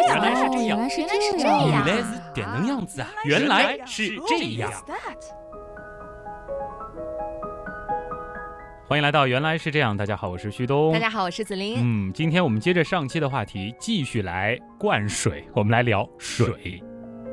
样， 原来是这样， 原来是这样， 原来是这能样子啊，原来是这样。欢迎来到原来是这样，大家好，我是旭东。 大家好，我是子琳。 今天我们接着上期的话题，继续来灌水，我们来聊水。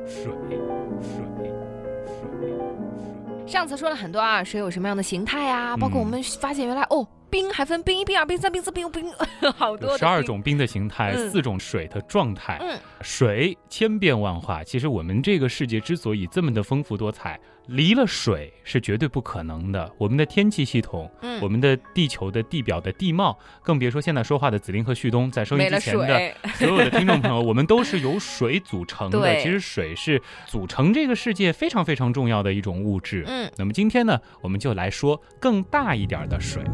上次说了很多啊，水有什么样的形态啊，包括我们发现原来冰还分冰1、冰2、冰3、冰4、冰5、冰好多的 12种冰的形态，4种水的状态。水千变万化，其实我们这个世界之所以这么的丰富多彩，离了水是绝对不可能的。我们的天气系统，我们的地球的地表的地貌，更别说现在说话的子琳和旭东，在收音机前的所有的听众朋友，我们都是由水组成的。其实水是组成这个世界非常非常重要的一种物质。那么今天呢，我们就来说更大一点的水。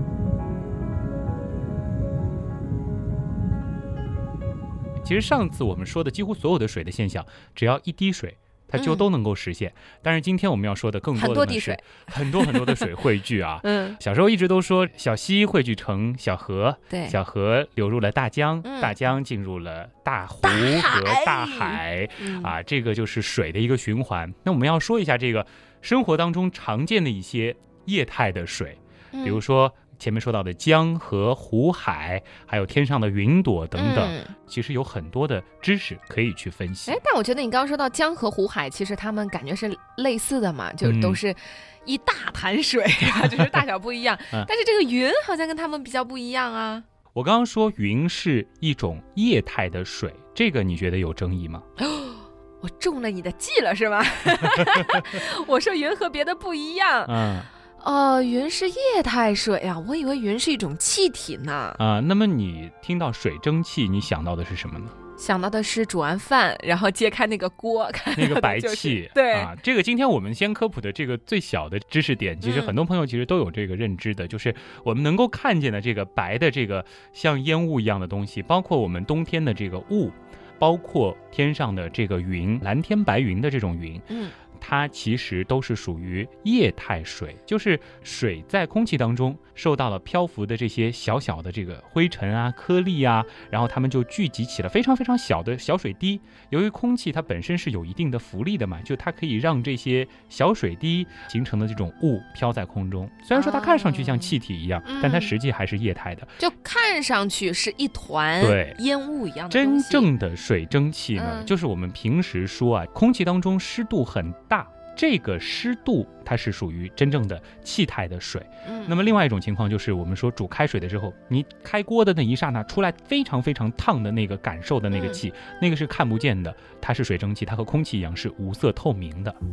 其实上次我们说的几乎所有的水的现象，只要一滴水它就都能够实现。但是今天我们要说的更多的是很多的水汇聚啊。小时候一直都说小溪汇聚成小河，小河流入了大江，大江进入了大湖和大海啊，这个就是水的一个循环。那我们要说一下这个生活当中常见的一些液态的水，比如说前面说到的江河湖海，还有天上的云朵等等，其实有很多的知识可以去分析。 但我觉得你刚刚说到江河湖海，其实他们感觉是类似的嘛，就都是一大潭水啊，就是大小不一样。但是这个云好像跟他们比较不一样啊。 我刚刚说云是一种液态的水，这个你觉得有争议吗？ 我中了你的计了是吗？我说云和别的不一样。云是液态水啊，我以为云是一种气体呢。 那么你听到水蒸气，你想到的是什么呢？ 想到的是煮完饭，然后揭开那个锅， 那个白气。 对这个今天我们先科普的这个最小的知识点，其实很多朋友其实都有这个认知的，就是我们能够看见的这个白的这个像烟雾一样的东西，包括我们冬天的这个雾，包括天上的这个云，蓝天白云的这种云，它其实都是属于液态水，就是水在空气当中受到了漂浮的这些小小的这个灰尘啊、颗粒啊，然后它们就聚集起了非常非常小的小水滴。由于空气它本身是有一定的浮力的嘛，就它可以让这些小水滴形成的这种雾飘在空中。虽然说它看上去像气体一样，但它实际还是液态的， 就看上去是一团烟雾一样的东西。 真正的水蒸气呢，就是我们平时说啊，空气当中湿度很大，这个湿度它是属于真正的气态的水。那么另外一种情况就是我们说煮开水的时候，你开锅的那一刹那出来非常非常烫的那个感受的那个气，那个是看不见的，它是水蒸气，它和空气一样是无色透明的。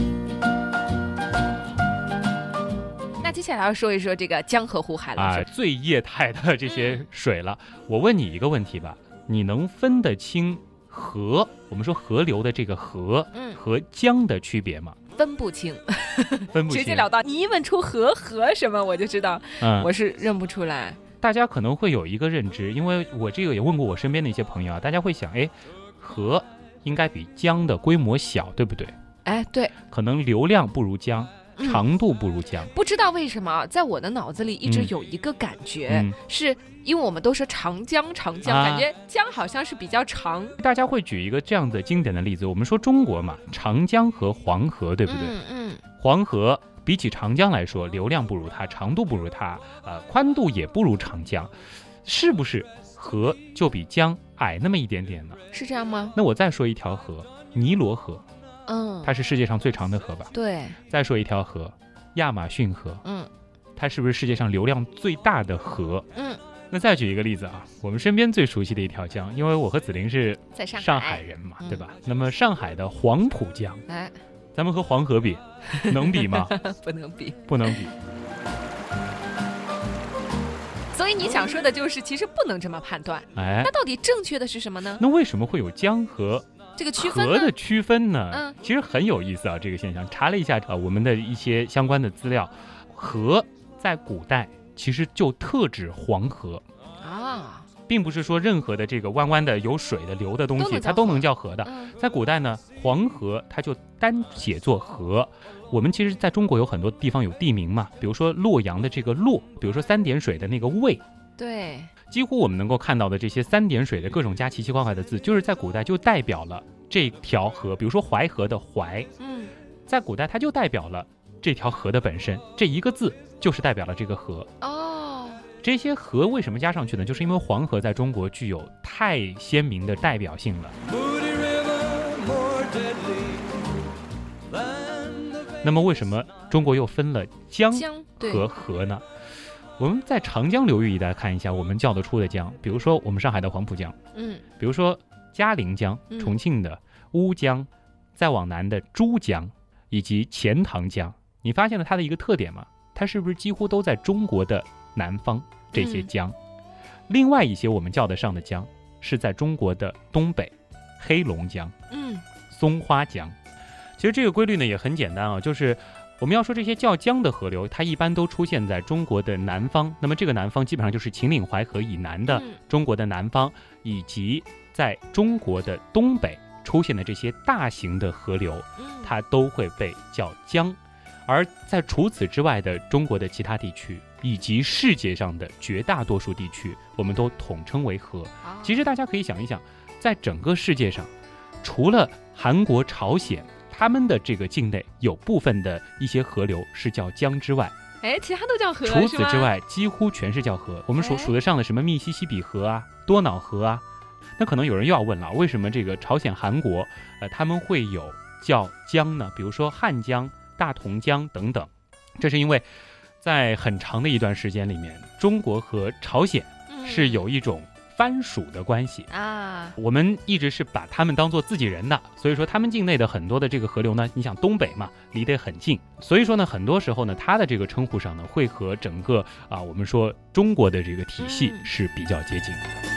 那接下来要说一说这个江河湖海了， 最液态的这些水了。我问你一个问题吧，你能分得清河，我们说河流的这个河，和江的区别吗？ 分不清，直截了当。你一问出河什么，我就知道，我是认不出来。 大家可能会有一个认知，因为我这个也问过我身边的一些朋友啊，大家会想，河应该比江的规模小，对不对？ 对， 可能流量不如江。长度不如江， 不知道为什么，在我的脑子里一直有一个感觉，是因为我们都说长江，感觉江好像是比较长。 大家会举一个这样的经典的例子，我们说中国嘛，长江和黄河，对不对？黄河比起长江来说，流量不如它，长度不如它，宽度也不如长江，是不是河就比江矮那么一点点呢？ 是这样吗？ 那我再说一条河，尼罗河。它是世界上最长的河吧？ 对。 再说一条河，亚马逊河。它是不是世界上流量最大的河？那再举一个例子啊，我们身边最熟悉的一条江，因为我和子琳是上海人嘛，对吧？那么上海的黄浦江，咱们和黄河比，能比吗？ 不能比。所以你想说的就是，其实不能这么判断。那到底正确的是什么呢？ 那为什么会有江河这个区分河的区分呢？其实很有意思啊，这个现象。查了一下我们的一些相关的资料，河在古代其实就特指黄河啊，并不是说任何的这个弯弯的有水的流的东西它都能叫河的。在古代呢，黄河它就单写作河。我们其实在中国有很多地方有地名嘛，比如说洛阳的这个洛，比如说三点水的那个渭。 对， 几乎我们能够看到的这些3点水的各种加奇奇怪怪的字，就是在古代就代表了这条河。比如说淮河的淮，在古代它就代表了这条河的本身，这一个字就是代表了这个河。这些河为什么加上去呢？就是因为黄河在中国具有太鲜明的代表性了。那么为什么中国又分了江和河呢？我们在长江流域一带看一下我们叫得出的江，比如说我们上海的黄浦江，比如说嘉陵江，重庆的乌江，再往南的珠江以及钱塘江。你发现了它的一个特点吗？它是不是几乎都在中国的南方？这些江，另外一些我们叫得上的江是在中国的东北，黑龙江，松花江。其实这个规律呢也很简单啊，就是我们要说这些叫江的河流，它一般都出现在中国的南方。那么这个南方基本上就是秦岭淮河以南的中国的南方，以及在中国的东北出现的这些大型的河流，它都会被叫江。而在除此之外的中国的其他地区以及世界上的绝大多数地区，我们都统称为河。其实大家可以想一想，在整个世界上，除了韩国、朝鲜，他们的这个境内有部分的一些河流是叫江之外， 其他都叫河。 除此之外，几乎全是叫河。我们数得上的什么密西西比河啊、多瑙河啊，那可能有人又要问了，为什么这个朝鲜、韩国，他们会有叫江呢？比如说汉江、大同江等等，这是因为在很长的一段时间里面，中国和朝鲜是有一种藩属的关系啊。我们一直是把他们当作自己人的，所以说他们境内的很多的这个河流呢，你想东北嘛，离得很近，所以说呢，很多时候呢，它的这个称呼上呢，会和整个我们说中国的这个体系是比较接近的。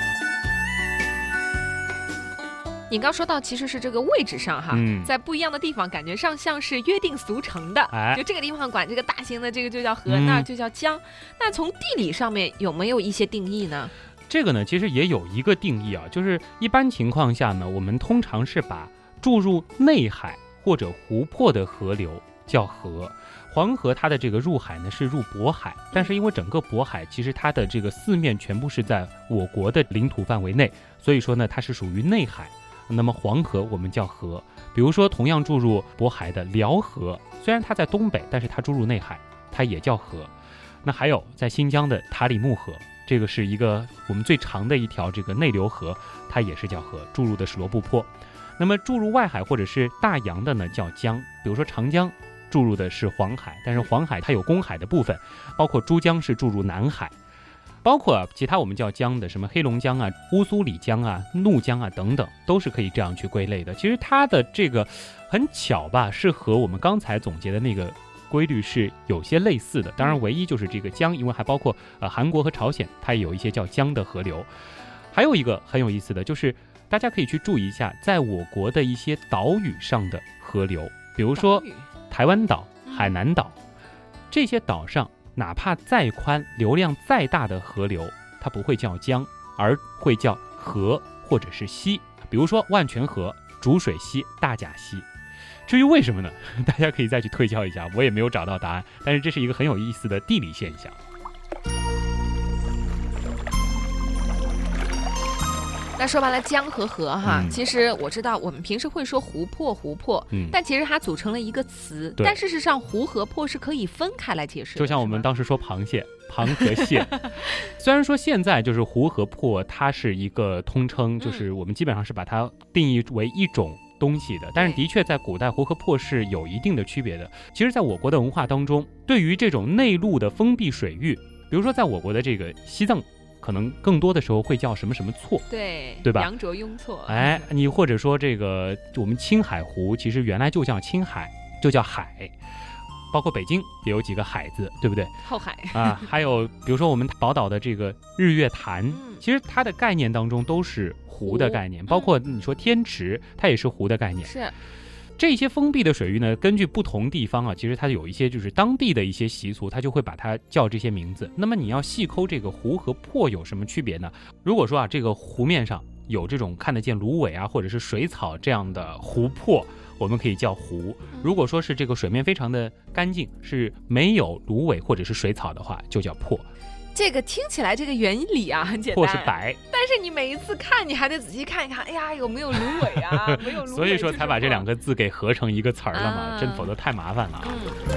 你刚说到其实是这个位置上哈，在不一样的地方感觉上像是约定俗成的，就这个地方管这个大型的这个就叫河，那就叫江。那从地理上面有没有一些定义呢？ 这个呢其实也有一个定义啊，就是一般情况下呢，我们通常是把注入内海或者湖泊的河流叫河。黄河它的这个入海呢是入渤海，但是因为整个渤海其实它的这个四面全部是在我国的领土范围内，所以说呢它是属于内海。那么黄河我们叫河，比如说同样注入渤海的辽河，虽然它在东北，但是它注入内海，它也叫河。那还有在新疆的塔里木河，这个是一个我们最长的一条这个内流河，它也是叫河，注入的是罗布泊。那么注入外海或者是大洋的呢叫江，比如说长江注入的是黄海，但是黄海它有公海的部分，包括珠江是注入南海。包括其他我们叫江的，什么黑龙江啊、乌苏里江啊、怒江啊等等，都是可以这样去归类的。其实它的这个很巧吧，是和我们刚才总结的那个规律是有些类似的。当然，唯一就是这个江，因为还包括韩国和朝鲜，它也有一些叫江的河流。还有一个很有意思的就是，大家可以去注意一下，在我国的一些岛屿上的河流，比如说台湾岛、海南岛这些岛上。哪怕再宽、流量再大的河流，它不会叫江，而会叫河或者是溪。比如说万泉河、浊水溪、大甲溪。至于为什么呢？大家可以再去推敲一下，我也没有找到答案。但是这是一个很有意思的地理现象。 那说完了江和河哈，其实我知道我们平时会说湖泊，但其实它组成了一个词，但事实上湖和泊是可以分开来解释的。 就像我们当时说螃蟹，螃和蟹，虽然说现在就是湖和泊它是一个通称，就是我们基本上是把它定义为一种东西的，但是的确在古代湖和泊是有一定的区别的。其实在我国的文化当中，对于这种内陆的封闭水域，比如说在我国的这个西藏，可能更多的时候会叫什么什么错，对吧？ 羊卓雍错。 你或者说这个我们青海湖，其实原来就叫青海，就叫海。包括北京也有几个海字，对不对？ 后海还有比如说我们宝岛的这个日月潭，其实它的概念当中都是湖的概念，包括你说天池，它也是湖的概念。 是。 这些封闭的水域呢，根据不同地方其实它有一些就是当地的一些习俗，它就会把它叫这些名字。那么你要细抠这个湖和泊有什么区别呢？如果说这个湖面上有这种看得见芦苇或者是水草这样的湖泊，我们可以叫湖。如果说是这个水面非常的干净，是没有芦苇或者是水草的话，就叫泊。 这个听起来这个原理啊很简单， 或是白， 但是你每一次看你还得仔细看一看，哎呀有没有芦苇啊，没有芦苇， 所以说才把这2个字给合成一个词儿了嘛，真否则太麻烦了啊。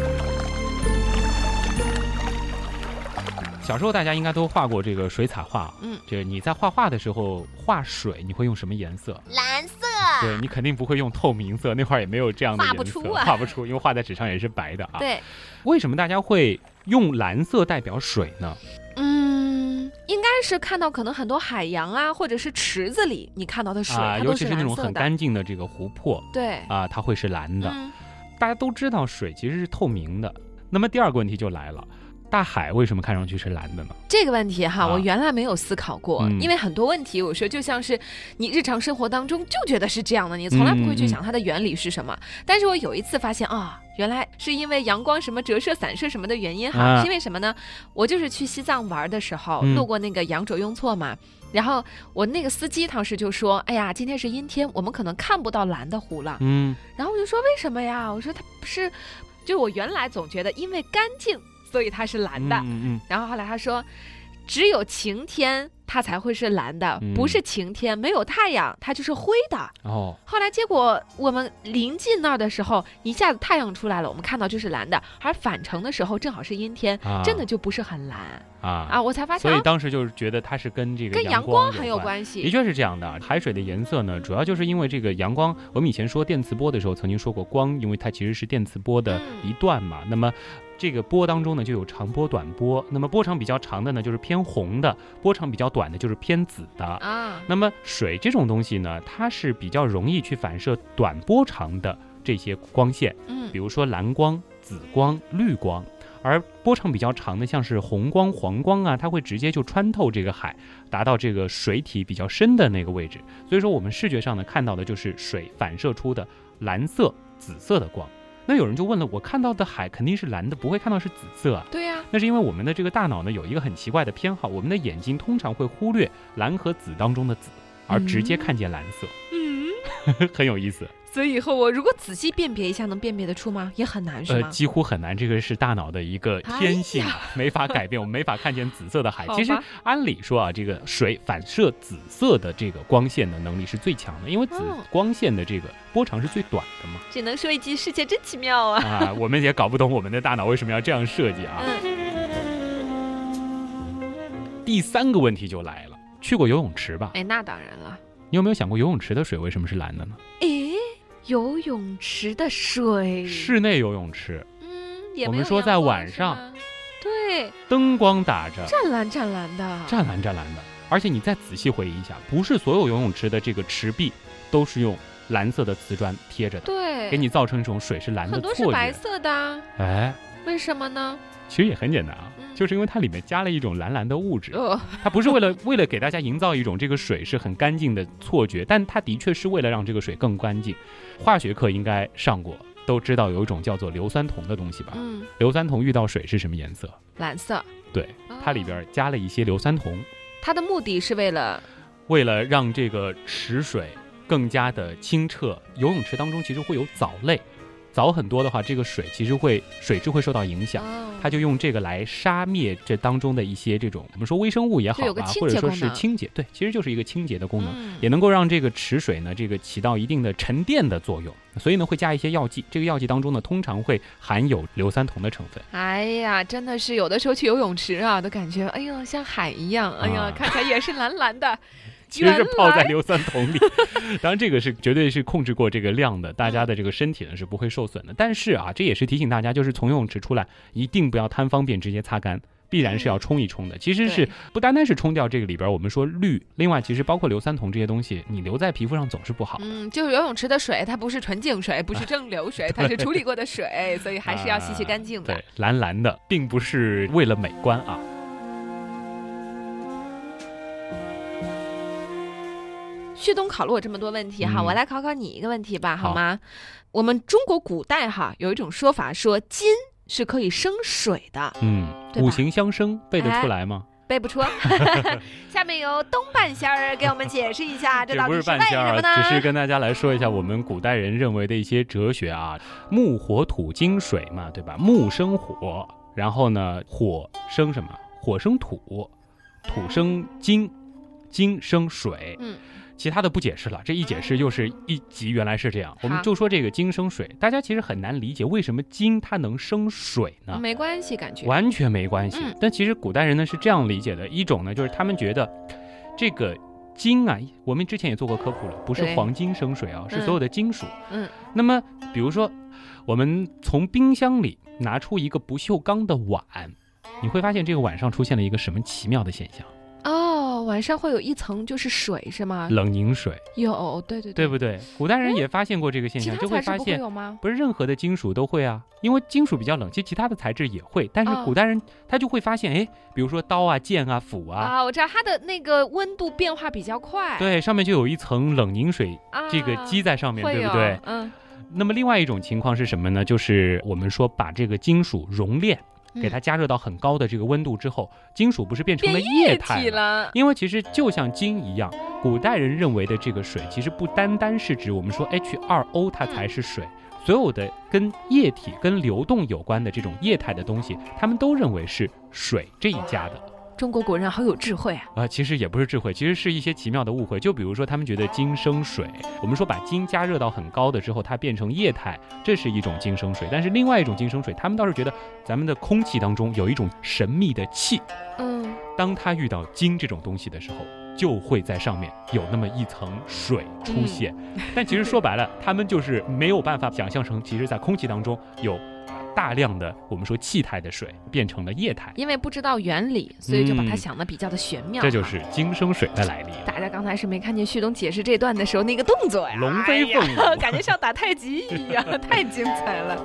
小时候大家应该都画过这个水彩画，这你在画画的时候画水，你会用什么颜色？ 蓝色。 对，你肯定不会用透明色，那会儿也没有这样的颜色，画不出，因为画在纸上也是白的啊。 对， 为什么大家会用蓝色代表水呢？ 应该是看到可能很多海洋啊，或者是池子里你看到的水， 尤其是那种很干净的这个湖泊， 对啊，它会是蓝的。大家都知道水其实是透明的，那么第二个问题就来了。大海为什么看上去是蓝的呢？ 这个问题哈，我原来没有思考过，因为很多问题，我说就像是你日常生活当中就觉得是这样的，你从来不会去想它的原理是什么。但是我有一次发现啊，原来是因为阳光什么折射、散射什么的原因哈，是因为什么呢？我就是去西藏玩的时候，路过那个羊卓雍措嘛。然后我那个司机当时就说：“哎呀，今天是阴天，我们可能看不到蓝的湖了。”然后我就说：“为什么呀？”我说：“它不是，就我原来总觉得因为干净。”所以它是蓝的，然后后来他说，只有晴天它才会是蓝的，不是晴天没有太阳它就是灰的。后来结果我们临近那儿的时候，一下子太阳出来了，我们看到就是蓝的，而返程的时候正好是阴天，真的就不是很蓝啊！我才发现， 所以当时就是觉得它是跟这个阳光很有关系。 的确是这样的，海水的颜色呢，主要就是因为这个阳光。我们以前说电磁波的时候，曾经说过光，因为它其实是电磁波的一段嘛，那么这个波当中呢，就有长波、短波。那么波长比较长的呢，就是偏红的；波长比较短的，就是偏紫的啊。那么水这种东西呢，它是比较容易去反射短波长的这些光线，比如说蓝光、紫光、绿光。而波长比较长的，像是红光、黄光啊，它会直接就穿透这个海，达到这个水体比较深的那个位置。所以说，我们视觉上呢看到的就是水反射出的蓝色、紫色的光。那有人就问了，我看到的海肯定是蓝的，不会看到是紫色啊？ 对呀， 那是因为我们的这个大脑呢有一个很奇怪的偏好，我们的眼睛通常会忽略蓝和紫当中的紫，而直接看见蓝色。很有意思。 所以以后我如果仔细辨别一下，能辨别得出吗？也很难是吗？ 几乎很难，这个是大脑的一个天性，没法改变。我们没法看见紫色的海。其实按理说啊，这个水反射紫色的这个光线的能力是最强的，因为紫光线的这个波长是最短的嘛。 只能说一句世界真奇妙啊！ 我们也搞不懂我们的大脑为什么要这样设计啊。第3个问题就来了，去过游泳池吧？ 那当然了。 你有没有想过游泳池的水为什么是蓝的呢？ 游泳池的水， 室内游泳池，我们说在晚上， 对， 灯光打着， 湛蓝湛蓝的， 湛蓝湛蓝的。而且你再仔细回忆一下，不是所有游泳池的这个池壁都是用蓝色的瓷砖贴着的， 对， 给你造成一种水是蓝的错觉。 很多是白色的，为什么呢？ 其实也很简单啊，就是因为它里面加了一种蓝蓝的物质，它不是为了给大家营造一种这个水是很干净的错觉，但它的确是为了让这个水更干净。化学课应该上过，都知道有一种叫做硫酸铜的东西吧？硫酸铜遇到水是什么颜色？ 蓝色。 对，它里边加了一些硫酸铜，它的目的是为了让这个池水更加的清澈。游泳池当中其实会有藻类。藻很多的话，这个水其实水质会受到影响，它就用这个来杀灭这当中的一些这种我们说微生物也好吧，或者说是清洁，对，其实就是一个清洁的功能，也能够让这个池水呢这个起到一定的沉淀的作用，所以呢会加一些药剂，这个药剂当中呢通常会含有硫酸铜的成分。 哎呀，真的是有的时候去游泳池啊，都感觉哎呦像海一样，哎呀看起来也是蓝蓝的。 其实是泡在硫酸铜里，当然这个是绝对是控制过这个量的，大家的这个身体呢是不会受损的。但是啊，这也是提醒大家，就是从游泳池出来一定不要贪方便直接擦干，必然是要冲一冲的。其实是不单单是冲掉这个里边我们说氯，另外其实包括硫酸铜这些东西，你留在皮肤上总是不好。 就是游泳池的水，它不是纯净水，不是正流水，它是处理过的水，所以还是要洗干净的。 对，蓝蓝的，并不是为了美观啊。 旭东考了我这么多问题哈，我来考考你一个问题吧，好吗？我们中国古代哈有一种说法说金是可以生水的， 五行相生背得出来吗？ 背不出。下面由东半仙儿给我们解释一下，这到底是为什么呢？ 只是跟大家来说一下我们古代人认为的一些哲学啊，木火土金水嘛，对吧？木生火，然后呢火生什么？ 火生土，土生金，金生水。其他的不解释了，这一解释又是一集，原来是这样。我们就说这个金生水，大家其实很难理解为什么金它能生水呢？ 没关系，感觉完全没关系。但其实古代人呢是这样理解的，一种呢就是他们觉得这个金啊，我们之前也做过科普了，不是黄金生水啊，是所有的金属。那么比如说我们从冰箱里拿出一个不锈钢的碗，你会发现这个碗上出现了一个什么奇妙的现象？ 碗上会有一层就是水是吗？ 冷凝水。 有，对， 对不对？古代人也发现过这个现象，就会发现不是任何的金属都会啊，因为金属比较冷，其实其他的材质也会，但是古代人他就会发现，比如说刀啊、剑啊、斧啊， 我知道它的那个温度变化比较快， 对，上面就有一层冷凝水这个积在上面，对不对？那么另外一种情况是什么呢？就是我们说把这个金属熔炼。给它加热到很高的这个温度之后，金属不是变成了液态了？因为其实就像金一样，古代人认为的这个水，其实不单单是指我们说 H2O 它才是水，所有的跟液体、跟流动有关的这种液态的东西，他们都认为是水这一家的。 中国古人好有智慧啊！ 其实也不是智慧，其实是一些奇妙的误会。就比如说，他们觉得金生水，我们说把金加热到很高的之后，它变成液态，这是一种金生水。但是另外一种金生水，他们倒是觉得咱们的空气当中有一种神秘的气，当它遇到金这种东西的时候，就会在上面有那么一层水出现。但其实说白了，他们就是没有办法想象成，其实在空气当中有大量的我们说气态的水变成了液态， 因为不知道原理，所以就把它想得比较的玄妙。 这就是金生水的来历。 大家刚才是没看见旭东解释这段的时候那个动作呀， 龙飞凤舞， 感觉像打太极一样，太精彩了。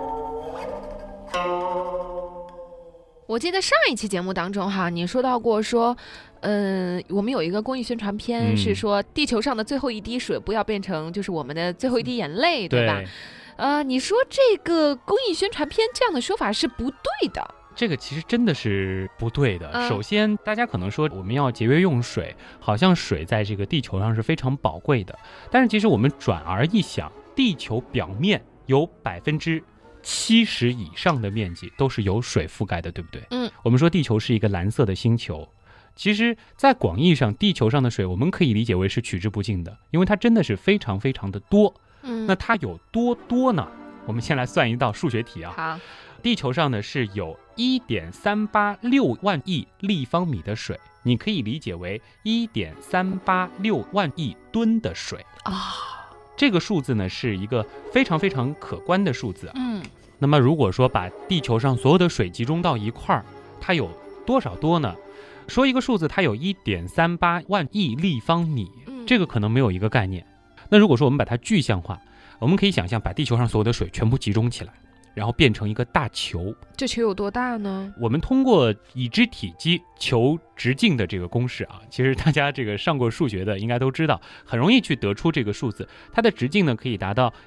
我记得上一期节目当中你说到过说，我们有一个公益宣传片是说地球上的最后一滴水不要变成就是我们的最后一滴眼泪，对吧？你说这个公益宣传片这样的说法是不对的。 这个其实真的是不对的。首先，大家可能说我们要节约用水，好像水在这个地球上是非常宝贵的。但是其实我们转而一想，地球表面有70%以上的面积都是由水覆盖的，对不对？我们说地球是一个蓝色的星球，其实在广义上，地球上的水我们可以理解为是取之不尽的，因为它真的是非常非常的多。那它有多呢？我们先来算一道数学题啊。 好， 地球上呢是有1.386万亿立方米的水，你可以理解为1.386万亿吨的水这个数字呢是一个非常非常可观的数字。那么如果说把地球上所有的水集中到一块儿，它有多少多呢？说一个数字，它有1.38万亿立方米，这个可能没有一个概念。那如果说我们把它具象化，我们可以想象把地球上所有的水全部集中起来，然后变成一个大球。 这球有多大呢？ 我们通过已知体积求直径的这个公式其实大家这个上过数学的应该都知道，很容易去得出这个数字。它的直径呢可以达到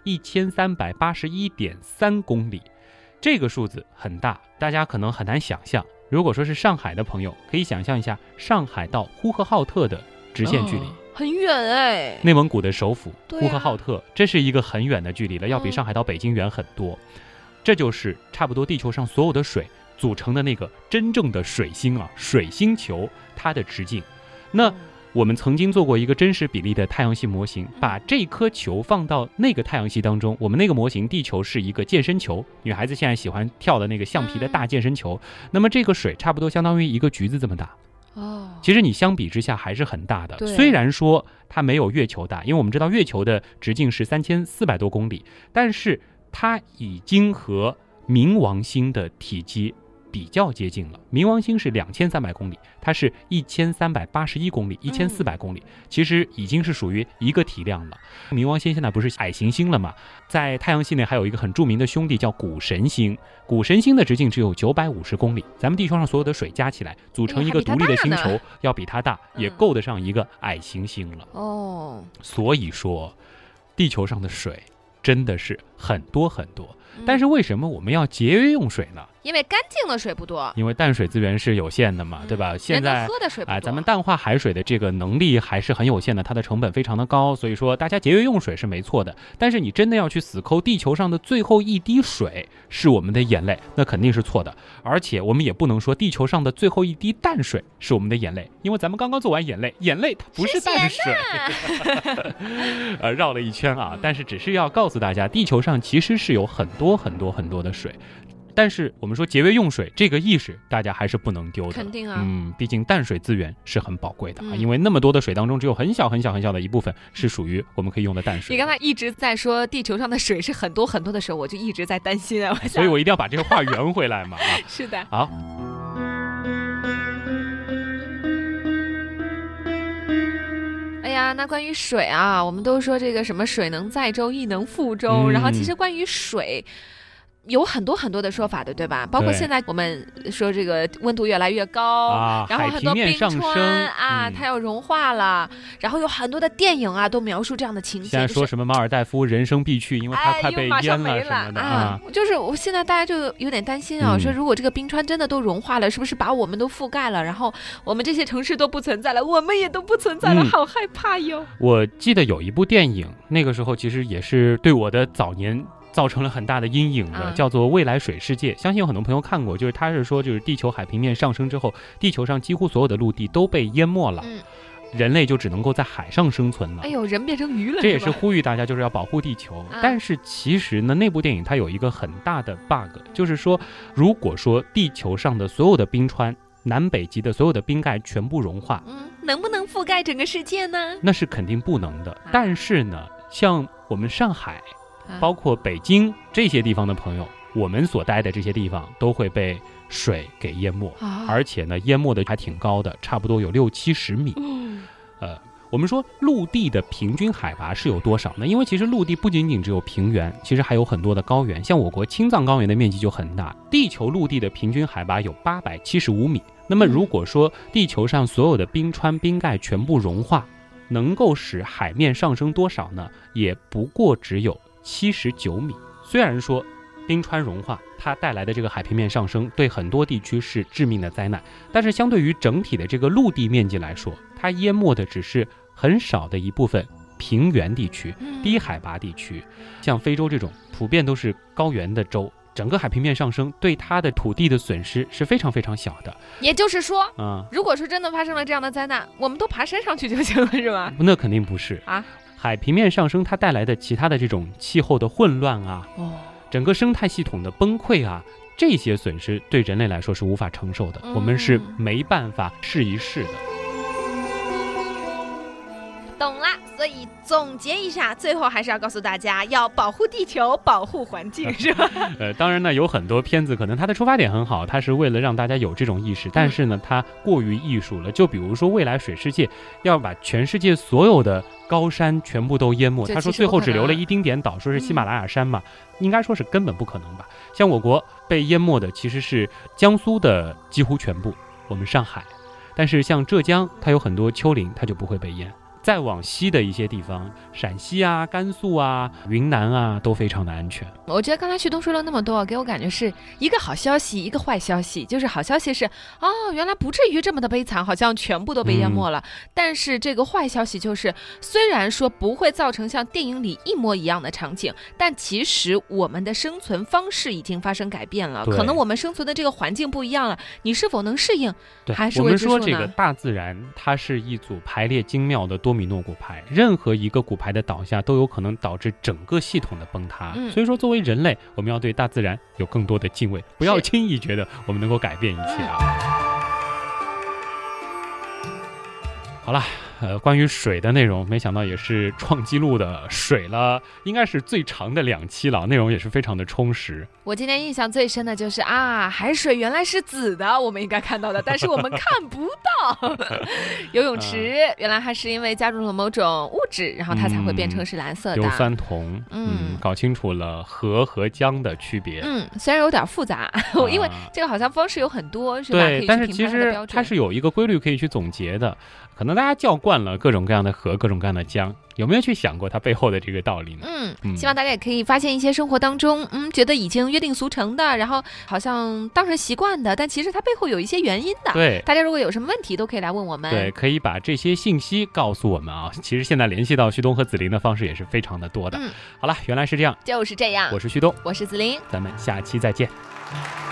1381.3公里，这个数字很大，大家可能很难想象。如果说是上海的朋友，可以想象一下上海到呼和浩特的直线距离。 很远内蒙古的首府呼和浩特，这是一个很远的距离了，要比上海到北京远很多。这就是差不多地球上所有的水组成的那个真正的水星水星球它的直径。那我们曾经做过一个真实比例的太阳系模型，把这颗球放到那个太阳系当中，我们那个模型地球是一个健身球，女孩子现在喜欢跳的那个橡皮的大健身球，那么这个水差不多相当于一个橘子这么大。其实你相比之下还是很大的，虽然说它没有月球大，因为我们知道月球的直径是3400多公里，但是它已经和冥王星的体积比较接近了。冥王星是2300公里，它是1381公里，1400公里，其实已经是属于一个体量了。冥王星现在不是矮行星了吗？在太阳系内还有一个很著名的兄弟叫谷神星，谷神星的直径只有950公里，咱们地球上所有的水加起来组成一个独立的星球要比它大，也够得上一个矮行星了。所以说地球上的水真的是很多很多。 但是为什么我们要节约用水呢？ 因为干净的水不多， 因为淡水资源是有限的嘛，对吧？现在喝的水不多， 咱们淡化海水的这个能力还是很有限的，它的成本非常的高，所以说大家节约用水是没错的。但是你真的要去死抠地球上的最后一滴水是我们的眼泪，那肯定是错的。而且我们也不能说地球上的最后一滴淡水是我们的眼泪，因为咱们刚刚做完眼泪它不是淡水。绕了一圈啊，但是只是要告诉大家，地球上其实是有很多很多很多的水。但是我们说节约用水这个意识，大家还是不能丢的。 肯定啊， 毕竟淡水资源是很宝贵的啊，因为那么多的水当中，只有很小很小很小的一部分是属于我们可以用的淡水。 你刚才一直在说地球上的水是很多很多的时候，我就一直在担心啊， 所以我一定要把这个话圆回来嘛。 是的。 好。 哎呀，那关于水啊，我们都说这个什么水能载舟，亦能覆舟，然后其实关于水有很多很多的说法的，对吧？包括现在我们说这个温度越来越高，然后很多冰川啊，它要融化了，然后有很多的电影啊都描述这样的情节。 现在说什么马尔代夫人生必去，因为它快被淹了什么的啊。 就是我现在大家就有点担心啊，说如果这个冰川真的都融化了，是不是把我们都覆盖了？然后我们这些城市都不存在了，我们也都不存在了，好害怕哟。 我记得有一部电影，那个时候其实也是对我的早年造成了很大的阴影的，叫做《未来水世界》，相信有很多朋友看过。就是他是说，就是地球海平面上升之后，地球上几乎所有的陆地都被淹没了，人类就只能够在海上生存了。 哎呦，人变成鱼了。 这也是呼吁大家就是要保护地球。但是其实呢，那部电影它有一个很大的 bug， 就是说，如果说地球上的所有的冰川，南北极的所有的冰盖全部融化， 能不能覆盖整个世界呢？ 那是肯定不能的。但是呢，像我们上海包括北京这些地方的朋友，我们所待的这些地方都会被水给淹没，而且呢，淹没的还挺高的，差不多有60-70米。我们说陆地的平均海拔是有多少呢？因为其实陆地不仅仅只有平原，其实还有很多的高原，像我国青藏高原的面积就很大，地球陆地的平均海拔有875米。那么如果说地球上所有的冰川冰盖全部融化，能够使海面上升多少呢？也不过只有79米。虽然说冰川融化它带来的这个海平面上升对很多地区是致命的灾难，但是相对于整体的这个陆地面积来说，它淹没的只是很少的一部分平原地区、低海拔地区。像非洲这种普遍都是高原的州，整个海平面上升对它的土地的损失是非常非常小的。 也就是说，如果说真的发生了这样的灾难，我们都爬山上去就行了，是吧？ 那肯定不是啊。海平面上升它带来的其他的这种气候的混乱啊，整个生态系统的崩溃啊，这些损失对人类来说是无法承受的，我们是没办法试一试的。 懂了，所以总结一下，最后还是要告诉大家，要保护地球，保护环境，是吧？ 当然呢，有很多片子可能它的出发点很好，它是为了让大家有这种意识，但是呢，它过于艺术了。就比如说未来水世界要把全世界所有的高山全部都淹没，他说最后只留了一丁点岛，说是喜马拉雅山嘛，应该说是根本不可能吧。像我国被淹没的其实是江苏的几乎全部，我们上海，但是像浙江它有很多丘陵，它就不会被淹。再往西的一些地方，陕西啊、甘肃啊、云南啊，都非常的安全。 我觉得刚才旭东说了那么多，给我感觉是一个好消息，一个坏消息。就是好消息是，原来不至于这么的悲惨，好像全部都被淹没了。但是这个坏消息就是，虽然说不会造成像电影里一模一样的场景，但其实我们的生存方式已经发生改变了。可能我们生存的这个环境不一样了，你是否能适应，还是未知数呢？ 我们说这个大自然，它是一组排列精妙的多米诺骨牌，任何一个骨牌的倒下都有可能导致整个系统的崩塌。所以说作为人类，我们要对大自然有更多的敬畏，不要轻易觉得我们能够改变一切啊。好了，关于水的内容，没想到也是创纪录的水了，应该是最长的2期了，内容也是非常的充实。 我今天印象最深的就是海水原来是紫的，我们应该看到的，但是我们看不到。游泳池原来还是因为加入了某种物质，然后它才会变成是蓝色的。 硫酸铜，搞清楚了河和江的区别。 虽然有点复杂，因为这个好像方式有很多，是吧？ 对，但是其实它是有一个规律可以去总结的。可能大家叫惯了各种各样的河，各种各样的江，有没有去想过它背后的这个道理呢？ 希望大家也可以发现一些生活当中，觉得已经约定俗成的，然后好像当成习惯的，但其实它背后有一些原因的。 对， 大家如果有什么问题，都可以来问我们。 对，可以把这些信息告诉我们啊。其实现在联系到旭东和子琳的方式也是非常的多的。好了，原来是这样， 就是这样。 我是旭东， 我是子琳， 咱们下期再见。